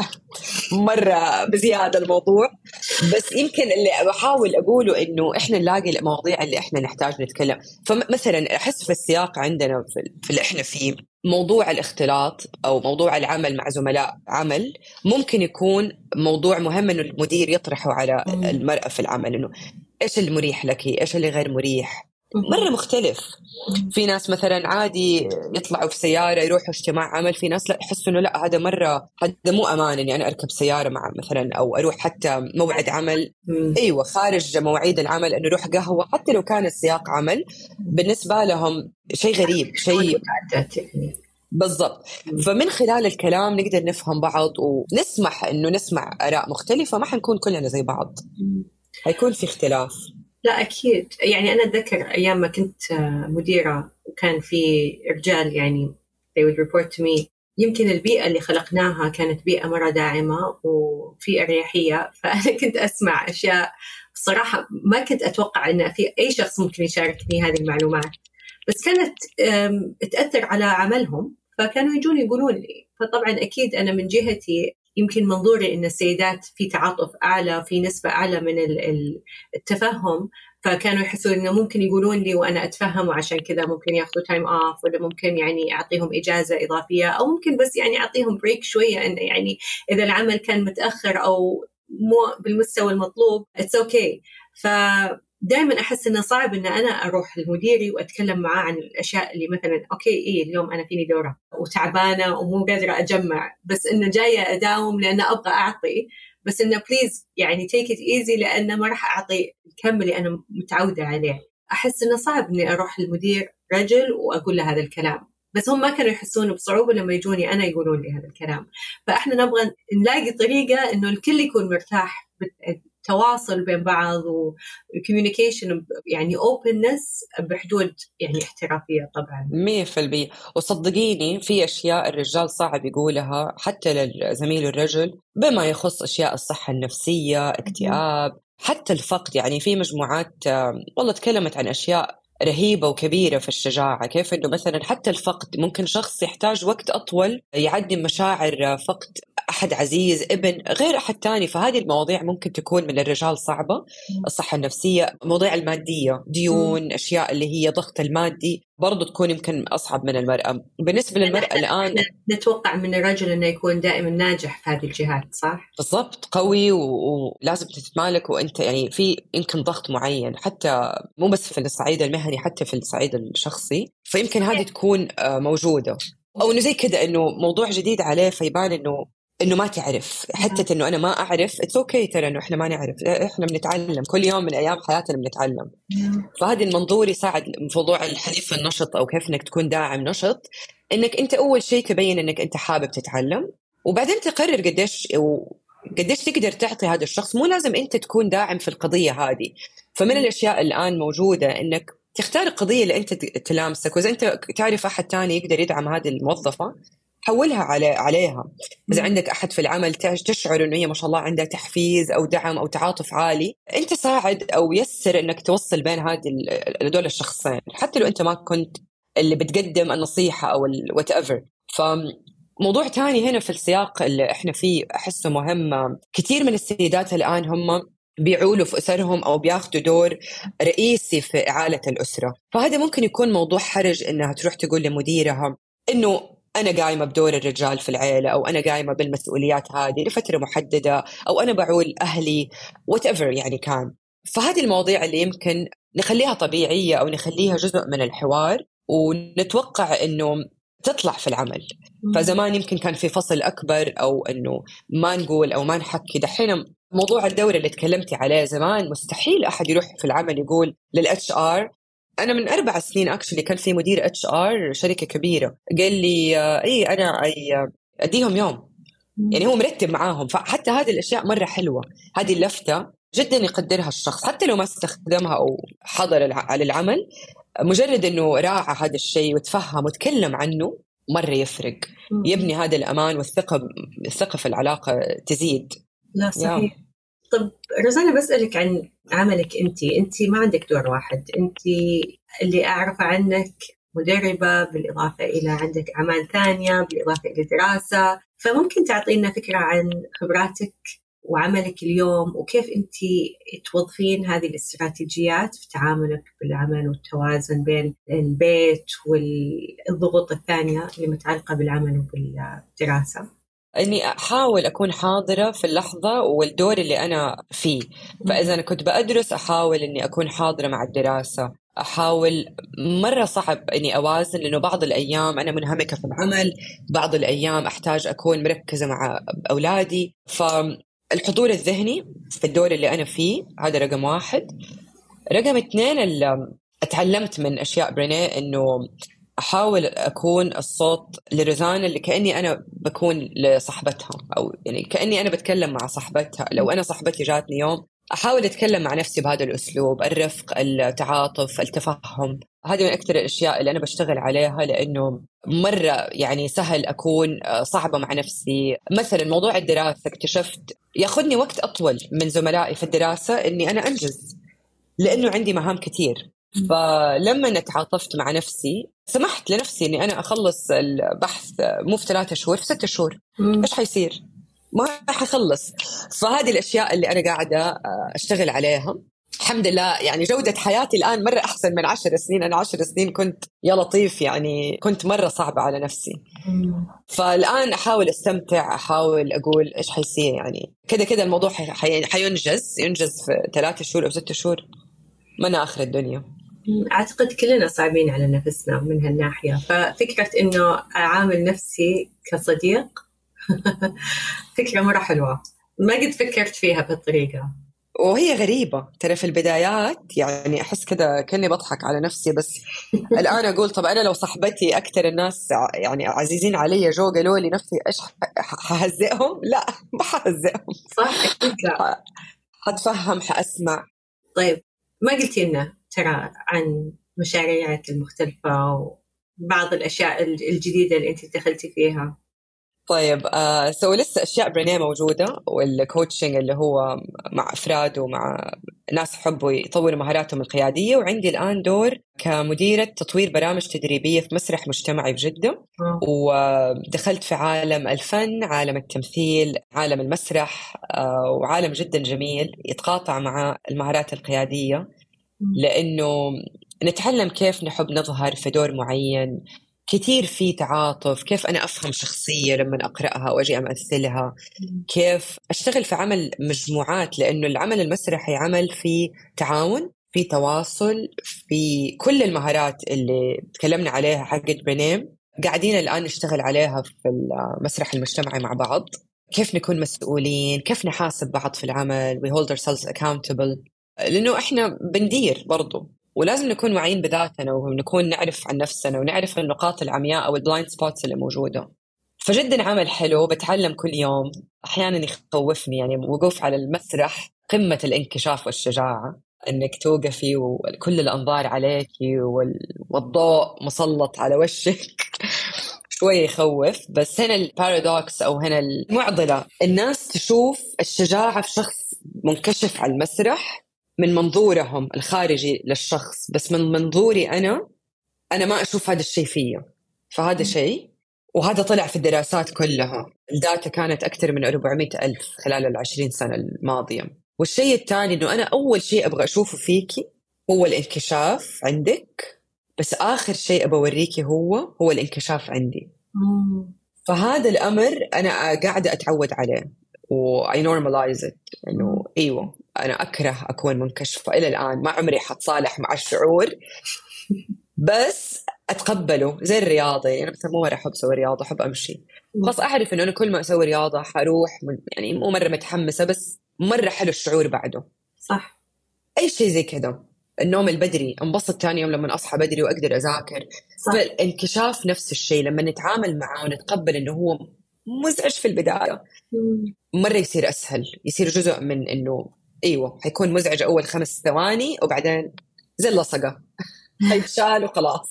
مرة بزيادة الموضوع. بس يمكن اللي بحاول أقوله إنه إحنا نلاقي المواضيع اللي إحنا نحتاج نتكلم. فمثلا أحس في السياق عندنا في اللي إحنا فيه، موضوع الاختلاط أو موضوع العمل مع زملاء عمل ممكن يكون موضوع مهم إنه المدير يطرحه على المرأة في العمل، إنه إيش المريح لك، إيش اللي غير مريح. مرة مختلف. في ناس مثلا عادي يطلعوا في سيارة يروحوا اجتماع عمل، في ناس لا يحسوا إنه لا، هذا مرة، هذا مو أمان إني أنا أركب سيارة مع مثلا أو أروح حتى موعد عمل. أيوة، خارج مواعيد العمل إنه نروح قهوة حتى لو كان السياق عمل، بالنسبة لهم شيء غريب، شيء بالضبط. فمن خلال الكلام نقدر نفهم بعض ونسمح إنه نسمع آراء مختلفة، ما حنكون كلنا زي بعض، هيكون في اختلاف. لا أكيد، يعني أنا أتذكر أيام ما كنت مديرة وكان في رجال يعني they would report to me، يمكن البيئة اللي خلقناها كانت بيئة مرة داعمة وفي أريحية، فأنا كنت أسمع أشياء بصراحة ما كنت أتوقع أن في أي شخص ممكن يشاركني هذه المعلومات، بس كانت تأثر على عملهم، فكانوا يجون يقولون لي. فطبعا أكيد أنا من جهتي يمكن منظوري إن السيدات في تعاطف أعلى، في نسبة أعلى من التفهم، فكانوا يحسوا إنه ممكن يقولون لي وأنا أتفهم، وعشان كذا ممكن يأخذوا تايم أوف، ولا ممكن يعني أعطيهم إجازة إضافية، أو ممكن بس يعني أعطيهم بريك شوية، إنه يعني إذا العمل كان متأخر أو مو بالمستوى المطلوب it's okay. دائما أحس إنه صعب إن أنا أروح لمديري وأتكلم معاه عن الأشياء اللي مثلا أوكي إيه اليوم أنا فيني دورة وتعبانة ومو قادرة أجمع، بس إنه جاية أداوم لأن أبغى أعطي، بس إنه بليز يعني take it easy، لأنه ما راح أعطي الكم اللي أنا متعودة عليه. أحس إنه صعب إني أروح للمدير رجل وأقول له هذا الكلام، بس هم ما كانوا يحسونه بصعوبة لما يجوني أنا يقولون لي هذا الكلام. فإحنا نبغى نلاقي طريقة إنه الكل يكون مرتاح، تواصل بين بعض وكوميونيكيشن، يعني openness بحدود يعني احترافية طبعا 100%. وصدقيني في أشياء الرجال صعب يقولها حتى للزميل الرجل، بما يخص أشياء الصحة النفسية، اكتئاب، حتى الفقد. يعني في مجموعات والله تكلمت عن أشياء رهيبة وكبيرة في الشجاعة، كيف إنه مثلا حتى الفقد ممكن شخص يحتاج وقت أطول يعدي مشاعر فقد أحد عزيز، ابن، غير أحد تاني. فهذه المواضيع ممكن تكون من الرجال صعبة، الصحة النفسية، مواضيع المادية، ديون، أشياء اللي هي ضغط المادي، برضو تكون يمكن أصعب من المرأة. بالنسبة للمرأة الآن نتوقع من الرجل أنه يكون دائما ناجح في هذه الجهات، صح؟ بالضبط، قوي ولازم تتمالك، وأنت يعني في يمكن ضغط معين، حتى مو بس في الصعيد المهني، حتى في الصعيد الشخصي، فيمكن هذه تكون موجودة، أو إنه زي كده إنه موضوع جديد عليه فيبان إنه ما تعرف، حتى إنه أنا ما أعرف it's okay، ترى إنه إحنا ما نعرف، إحنا بنتعلم كل يوم من أيام حياتنا بنتعلم. فهذا المنظور يساعد في موضوع الحديث النشط، أو كيف إنك تكون داعم نشط، إنك أنت أول شيء تبين إنك أنت حابب تتعلم، وبعدين تقرر قديش تقدر تعطي هذا الشخص. مو لازم أنت تكون داعم في القضية هذه. فمن الأشياء الآن موجودة إنك تختار القضية اللي أنت تلامسك، وإذا أنت تعرف أحد تاني يقدر يدعم هذه الموظفة حولها عليها. إذا عندك أحد في العمل تشعر إنه هي ما شاء الله عندها تحفيز أو دعم أو تعاطف عالي، أنت ساعد أو يسر إنك توصل بين هذول الشخصين، حتى لو أنت ما كنت اللي بتقدم النصيحة أو whatever. موضوع تاني هنا في السياق اللي احنا فيه أحسه مهم، كثير من السيدات الآن هم بيعولوا في أسرهم أو بياخدوا دور رئيسي في إعالة الأسرة، فهذا ممكن يكون موضوع حرج إنها تروح تقول لمديرها إنه أنا قايمة بدور الرجال في العيلة، أو أنا قايمة بالمسؤوليات هذه لفترة محددة، أو أنا بعول أهلي whatever يعني كان. فهذه المواضيع اللي يمكن نخليها طبيعية أو نخليها جزء من الحوار ونتوقع إنه تطلع في العمل. فزمان يمكن كان في فصل أكبر أو إنه ما نقول أو ما نحكي. دحين موضوع الدورة اللي تكلمتي عليه، زمان مستحيل أحد يروح في العمل يقول للاتش ار. أنا من 4 سنين أكشلي كان في مدير اتش ار شركة كبيرة قال لي إيه أنا أديهم يوم، يعني هو مرتب معاهم. فحتى هذه الأشياء مرة حلوة، هذه اللفتة جدا يقدرها الشخص حتى لو ما استخدمها أو حضر على العمل، مجرد أنه راعى هذا الشيء وتفهم وتكلم عنه مرة يفرق، يبني هذا الأمان والثقة في العلاقة تزيد. لا صحيح. طب رزانة بسألك عن عملك أنت ما عندك دور واحد، أنت اللي أعرف عنك مدربة، بالإضافة إلى عندك أعمال ثانية، بالإضافة إلى دراسة، فممكن تعطينا فكرة عن خبراتك وعملك اليوم وكيف أنت توظفين هذه الاستراتيجيات في تعاملك بالعمل والتوازن بين البيت والضغوط الثانية اللي متعلقة بالعمل وبالدراسة؟ إني أحاول أكون حاضرة في اللحظة والدور اللي أنا فيه. فإذا أنا كنت بأدرس أحاول إني أكون حاضرة مع الدراسة. أحاول، مرة صعب إني أوازن لأنه بعض الأيام أنا منهمكة في العمل، بعض الأيام أحتاج أكون مركزة مع أولادي. فالحضور الذهني في الدور اللي أنا فيه هذا رقم 1. رقم 2 اللي أتعلمت من أشياء برينيه إنه أحاول أكون الصوت لروزانا اللي كأني أنا بكون لصاحبتها، أو يعني كأني أنا بتكلم مع صاحبتها. لو أنا صاحبتي جاتني يوم أحاول أتكلم مع نفسي بهذا الأسلوب، الرفق، التعاطف، التفهم. هذه من أكثر الأشياء اللي أنا بشتغل عليها، لأنه مرة يعني سهل أكون صعبة مع نفسي. مثلا موضوع الدراسة اكتشفت ياخذني وقت أطول من زملائي في الدراسة إني أنا أنجز، لأنه عندي مهام كتير. فلما تعاطفت مع نفسي سمحت لنفسي إني أنا أخلص البحث مو في 3 شهور، في 6 شهور. إيش حيصير؟ ما حخلص. فهذه الأشياء اللي أنا قاعدة أشتغل عليها. الحمد لله يعني جودة حياتي الآن مرة أحسن من 10 سنين. أنا 10 سنين كنت يا لطيف يعني كنت مرة صعبة على نفسي. فالآن أحاول أستمتع، أحاول أقول إيش حيصير، يعني كده الموضوع ينجز في 3 شهور أو 6 شهور، ما أنا آخر الدنيا. أعتقد كلنا صعبين على نفسنا من هالناحية. ففكرة إنه أعامل نفسي كصديق فكرة مرة حلوة، ما قد فكرت فيها بهالطريقة. وهي غريبة ترى في البدايات، يعني أحس كده كأني بضحك على نفسي، بس الآن أقول طب أنا لو صاحبتي أكتر الناس يعني عزيزين علي جو قالوا لي نفسي إيش حهزئهم؟ لا ما حهزئهم. صح أكيد لا. حتفهم، حأسمع. طيب ما قلتي لنا ترى عن مشاريعك المختلفة وبعض الأشياء الجديدة اللي أنت دخلتي فيها؟ طيب لسه أشياء برينيه موجودة، والكوتشنج اللي هو مع أفراد ومع ناس يحبوا يطوروا مهاراتهم القيادية. وعندي الآن دور كمديرة تطوير برامج تدريبية في مسرح مجتمعي بجدة. ودخلت في عالم الفن، عالم التمثيل، عالم المسرح، وعالم جدا جميل يتقاطع مع المهارات القيادية، لأنه نتعلم كيف نحب نظهر في دور معين. كثير في تعاطف، كيف أنا أفهم شخصية لما أقرأها وأجي أمثلها، كيف أشتغل في عمل مجموعات، لأنه العمل المسرحي عمل في تعاون، في تواصل، في كل المهارات اللي تكلمنا عليها حقت برينيه قاعدين الآن نشتغل عليها في المسرح المجتمعي مع بعض. كيف نكون مسؤولين، كيف نحاسب بعض في العمل، we hold ourselves accountable، لأنه إحنا بندير برضو، ولازم نكون واعيين بذاتنا ونكون نعرف عن نفسنا ونعرف النقاط العمياء أو البلايند سبوتس اللي موجودة. فجدا عمل حلو، بتعلم كل يوم. أحيانا يخوفني يعني وقوف على المسرح قمة الانكشاف والشجاعة، أنك توقفي وكل الأنظار عليك والضوء مسلط على وشك شوية يخوف. بس هنا البارادوكس أو هنا المعضلة، الناس تشوف الشجاعة في شخص منكشف على المسرح من منظورهم الخارجي للشخص، بس من منظوري أنا ما أشوف هذا الشيء فيه. فهذا شيء. وهذا طلع في الدراسات كلها، الداتا كانت أكثر من 400 ألف خلال 20 سنة الماضية. والشيء الثاني إنه أنا أول شيء أبغى أشوفه فيكي هو الانكشاف عندك، بس آخر شيء أبغى أوريكي هو الانكشاف عندي. فهذا الأمر أنا قاعدة أتعود عليه I normalize it، إنه أيوة أنا أكره أكون منكشفة إلى الآن، ما عمري حتصالح مع الشعور بس أتقبله زي الرياضة. يعني مثلا مو مرة أحب أسوي رياضة، أحب أمشي، خلاص أعرف إنه أنا كل ما أسوي رياضة حروح يعني مو مرة متحمسة بس مرة حلو الشعور بعده. صح. أي شيء زي كذا، النوم البدري انبسط تاني يوم لما أصحى بدري وأقدر أذاكر. فالانكشاف نفس الشيء، لما نتعامل معه ونتقبل إنه هو مزعج في البداية مرة يصير أسهل، يصير جزء من إنه أيوة حيكون مزعج أول 5 ثواني وبعدين زي اللصقة هيتشال وخلاص.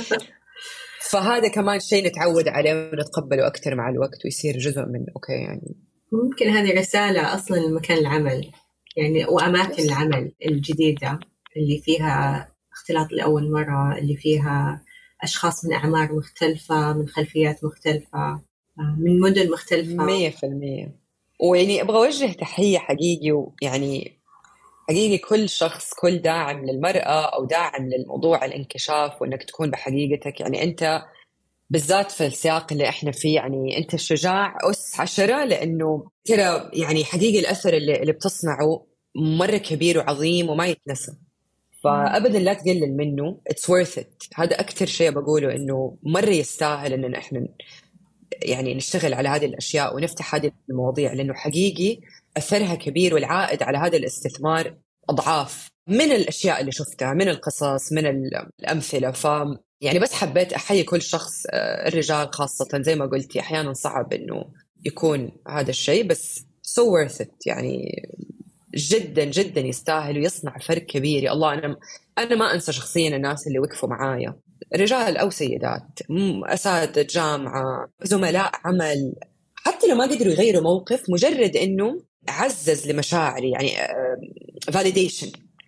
فهذا كمان شيء نتعود عليه ونتقبله أكتر مع الوقت ويصير جزء من أوكي. يعني ممكن هذه رسالة أصلا لمكان العمل يعني وأماكن العمل الجديدة اللي فيها اختلاط لأول مرة، اللي فيها أشخاص من أعمار مختلفة، من خلفيات مختلفة، من مدن مختلفة. 100%. ويعني أبغى أوجه تحية حقيقي، ويعني حقيقي كل شخص، كل داعم للمرأة أو داعم للموضوع الانكشاف وإنك تكون بحقيقتك. يعني أنت بالذات في السياق اللي إحنا فيه، يعني أنت الشجاع أس 10، لأنه ترى يعني حقيقي الأثر اللي بتصنعه مرة كبير وعظيم وما يتنسى. فأبداً لا تقلل منه. It's worth it. هذا أكتر شيء بقوله، إنه مرة يستاهل إننا إحنا يعني نشتغل على هذه الأشياء ونفتح هذه المواضيع، لأنه حقيقي أثرها كبير والعائد على هذا الاستثمار أضعاف من الأشياء اللي شفتها، من القصص، من الأمثلة. يعني بس حبيت أحيي كل شخص، الرجال خاصة زي ما قلتي أحياناً صعب إنه يكون هذا الشيء، بس so worth it. يعني جدا جدا يستاهل ويصنع فرق كبير. يا الله، أنا ما أنسى شخصيا الناس اللي وقفوا معايا، رجال أو سيدات، أساتذة جامعة، زملاء عمل، حتى لو ما قدروا يغيروا موقف، مجرد إنه عزز لمشاعري. يعني validation.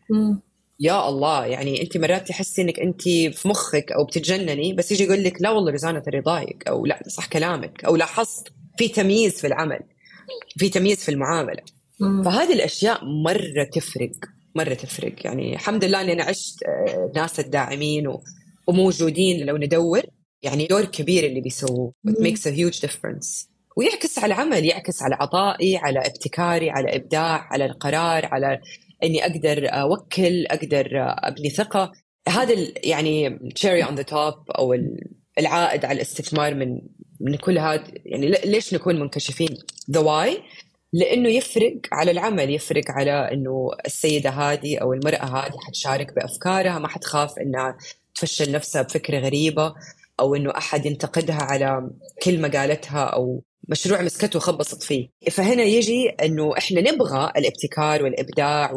يا الله، يعني أنت مرات تحسي إنك أنت في مخك أو بتتجنني، بس يجي يقول لك لا والله رزانة ترى ضايق، أو لا صح كلامك، أو لاحظت في تمييز في العمل، في تمييز في المعاملة. فهذه الأشياء مرة تفرق، مرة تفرق. يعني الحمد لله أني أنا عشت ناس الداعمين وموجودين لو ندور، يعني دور كبير اللي بيسووه. It makes a huge difference. ويعكس على العمل، يعكس على عطائي، على ابتكاري، على إبداع، على القرار، على أني أقدر أوكل، أقدر أبني ثقة. هذا يعني cherry on the top، أو العائد على الاستثمار من كل هذا. يعني ليش نكون منكشفين؟ the why. لأنه يفرق على العمل، يفرق على أنه السيدة هذه أو المرأة هذه حتشارك بأفكارها، ما حتخاف أنها تفشل نفسها بفكرة غريبة، أو أنه أحد ينتقدها على كلمة قالتها أو مشروع مسكته وخبصت فيه. فهنا يجي أنه إحنا نبغى الابتكار والإبداع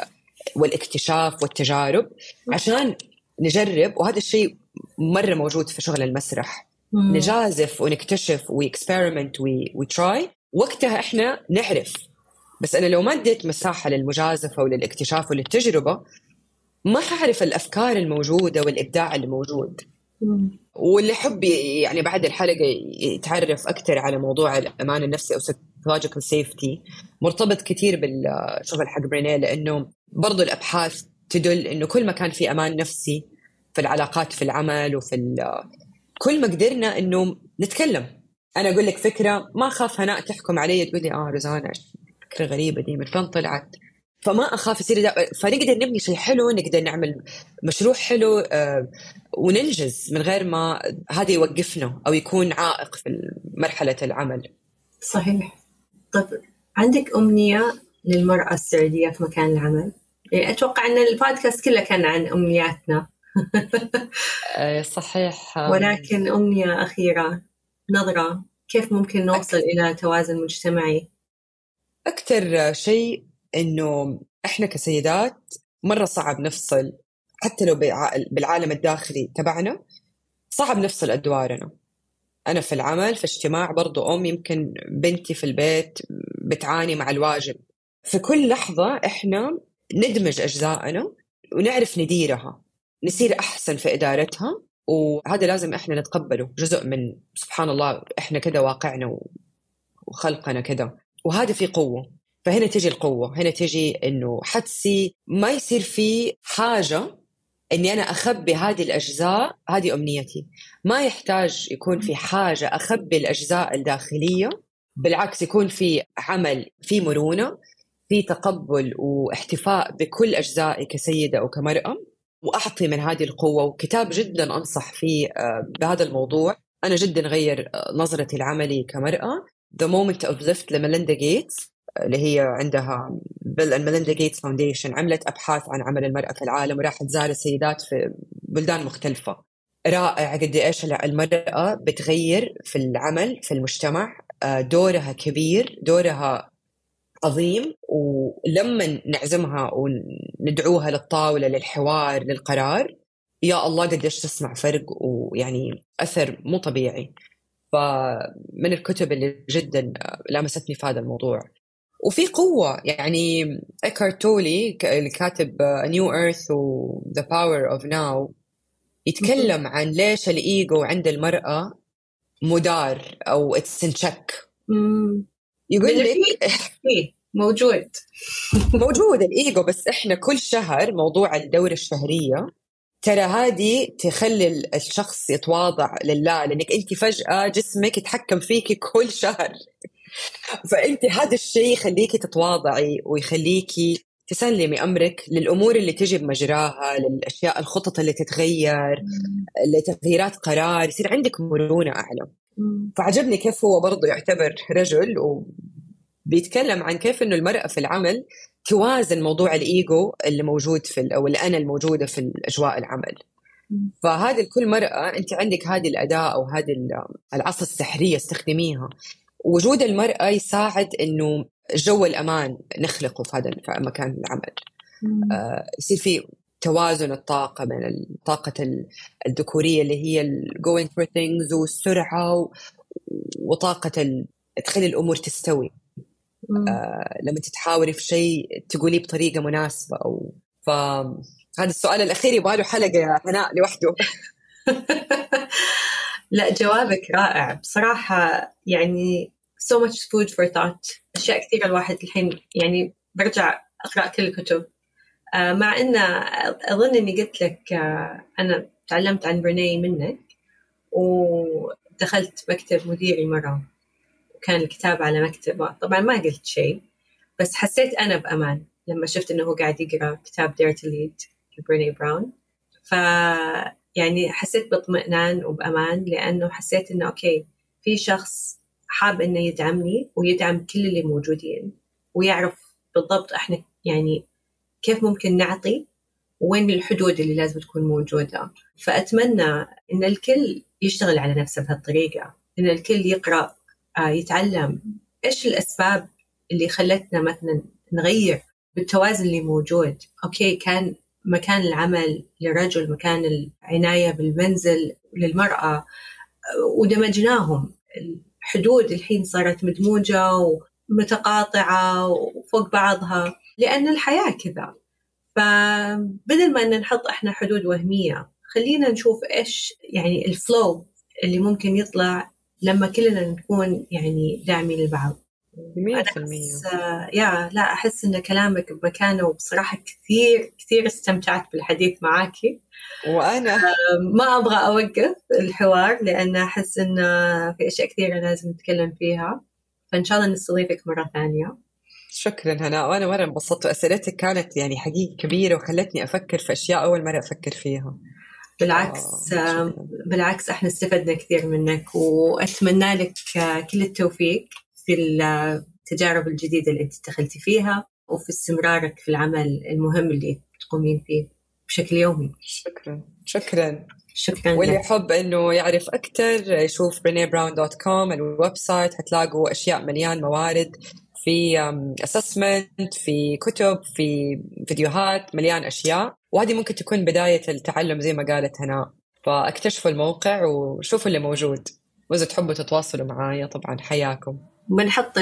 والاكتشاف والتجارب عشان نجرب. وهذا الشيء مرة موجود في شغل المسرح. نجازف ونكتشف ويكسبيرمنت وتراي، وقتها إحنا نعرف. بس أنا لو ما اديت مساحة للمجازفة وللاكتشاف وللتجربة، ما حعرف الأفكار الموجودة والإبداع اللي موجود. واللي حب يعني بعد الحلقة يتعرف أكتر على موضوع الأمان النفسي أو psychological safety، مرتبط كتير بالشغل حق برينيه، لأنه برضو الأبحاث تدل إنه كل ما كان في أمان نفسي في العلاقات في العمل كل ما قدرنا إنه نتكلم. أنا أقول لك فكرة ما أخاف هناء تحكم علي تقول لي رزانة فكرة غريبة دي من فين طلعت، فما أخاف يصير ده. فنقدر نبني شيء حلو، نقدر نعمل مشروع حلو وننجز من غير ما هذا يوقفنا أو يكون عائق في مرحلة العمل. صحيح. طب عندك أمنية للمرأة السعودية في مكان العمل؟ يعني أتوقع أن البودكاست كله كان عن أمنياتنا. صحيح. ولكن أمنية أخيرة، نظرة كيف ممكن نوصل إلى توازن مجتمعي؟ أكتر شيء إنه إحنا كسيدات مرة صعب نفصل، حتى لو بالعالم الداخلي تبعنا صعب نفصل أدوارنا. أنا في العمل، في اجتماع، برضو يمكن بنتي في البيت بتعاني مع الواجب. في كل لحظة إحنا ندمج أجزائنا ونعرف نديرها، نصير أحسن في إدارتها وهذا لازم إحنا نتقبله، جزء من سبحان الله إحنا كده واقعنا وخلقنا كده، وهذا فيه قوة. فهنا تجي القوة، هنا تجي إنه حدسي ما يصير في حاجة إني أنا أخبي هذه الأجزاء، هذه أمنيتي. ما يحتاج يكون في حاجة أخبي الأجزاء الداخلية، بالعكس يكون في عمل، في مرونة، في تقبل واحتفاء بكل أجزائي كسيدة أو كمرأة، وأعطي من هذه القوة. وكتاب جدا أنصح فيه بهذا الموضوع، أنا جدا غير نظرتي لعملي كمرأة، The Moment of Lift لميليندا جيتس، اللي هي عندها بيل أند ميليندا جيتس فاونديشن، عملت أبحاث عن عمل المرأة في العالم وراحت زار سيدات في بلدان مختلفة. رائع قد إيش المرأة بتغير في العمل في المجتمع، دورها كبير، دورها عظيم. ولما نعزمها وندعوها للطاولة للحوار للقرار، يا الله قديش تسمع فرق، ويعني أثر مو طبيعي. فمن الكتب اللي جدا لامستني في هذا الموضوع. وفي قوة يعني إيكهارت تولي اللي كاتب New Earth و The Power of Now يتكلم عن ليش الإيجو عند المرأة مدار أو it's in check. يقول لك موجود الإيجو، بس إحنا كل شهر موضوع الدورة الشهرية ترى هذه تخلي الشخص يتواضع لله، لأنك أنت فجأة جسمك يتحكم فيك كل شهر، فأنت هذا الشيء يخليكي تتواضعي ويخليكي تسلمي أمرك للأمور اللي تجي بمجراها، للأشياء الخطط اللي تتغير، لتغييرات قرار، يصير عندك مرونة أعلى. فعجبني كيف هو برضو يعتبر رجل وبيتكلم عن كيف إنه المرأة في العمل توازن موضوع الإيجو اللي موجود أو اللي أنا الموجودة في الأجواء العمل. فهذه لكل مرأة أنت عندك هذه الأداة أو هذه العصا السحرية استخدميها. وجود المرأة يساعد إنه جو الأمان نخلقه في هذا مكان العمل. يصير في توازن الطاقة بين الطاقة الذكورية اللي هي going through things والسرعة، وطاقة تخلي الأمور تستوي. لما تتحاوري في شيء تقوليه بطريقة مناسبة. فهذا السؤال الأخير يبغى له حلقة يا هناء لوحده. لا جوابك رائع بصراحة، يعني so much food for thought. أشياء كثيرة الواحد الحين يعني برجع أقرأ كل الكتب، مع أن أظن أني قلت لك أنا تعلمت عن برينيه منك، ودخلت مكتب مديري مرة وكان الكتاب على مكتبه. طبعا ما قلت شيء، بس حسيت أنا بأمان لما شفت أنه هو قاعد يقرأ كتاب Dare to Lead برينيه براون. يعني حسيت باطمئنان وبأمان، لأنه حسيت أنه أوكي في شخص حاب أنه يدعمني ويدعم كل اللي موجودين، ويعرف بالضبط إحنا يعني كيف ممكن نعطي وين الحدود اللي لازم تكون موجودة. فأتمنى أن الكل يشتغل على نفسه بهالطريقة، أن الكل يقرأ، يتعلم إيش الأسباب اللي خلتنا مثلا نغير بالتوازن اللي موجود. أوكي كان مكان العمل للرجل، مكان العناية بالمنزل للمرأة، ودمجناهم. الحدود الحين صارت مدموجة ومتقاطعة وفوق بعضها، لأن الحياة كذا. فبدل ما أن نحط إحنا حدود وهمية، خلينا نشوف إيش يعني الفلو اللي ممكن يطلع لما كلنا نكون يعني داعمين للبعض. 100%. لا أحس إن كلامك بمكانه، وبصراحة كثير استمتعت بالحديث معاكي. وأنا ما أبغى أوقف الحوار، لأن أحس إن في أشياء كثيرة لازم نتكلم فيها، فإن شاء الله نستضيفك مرة ثانية. شكرا هناء، وأنا مرة انبسطت، وأسئلتك كانت يعني حقيقة كبيرة وخلتني أفكر في أشياء أول مرة أفكر فيها. بالعكس احنا استفدنا كثير منك، وأتمنى لك كل التوفيق في التجارب الجديدة اللي انت دخلتي فيها، وفي استمرارك في العمل المهم اللي تقومين فيه بشكل يومي. شكرا. واللي لك. يحب انه يعرف اكثر يشوف breneebrown.com الويب سايت، هتلاقوا اشياء مليان موارد، في assessment، في كتب، في فيديوهات، مليان أشياء. وهذه ممكن تكون بداية التعلم زي ما قالت هناء. فاكتشفوا الموقع وشوفوا اللي موجود، وإذا تحبوا تتواصلوا معايا طبعا حياكم. بنحط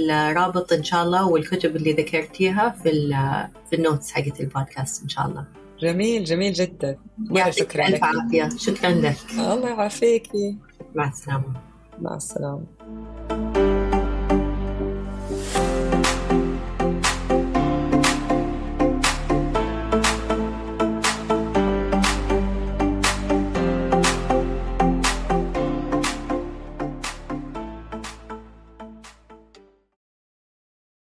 الرابط إن شاء الله والكتب اللي ذكرتيها في النوتس حقت البودكاست إن شاء الله. جميل جميل جدا، مرة يعطيك شكرا ألف لك. عافية. شكرا لك. الله يعافيك. مع السلامة. مع السلامة.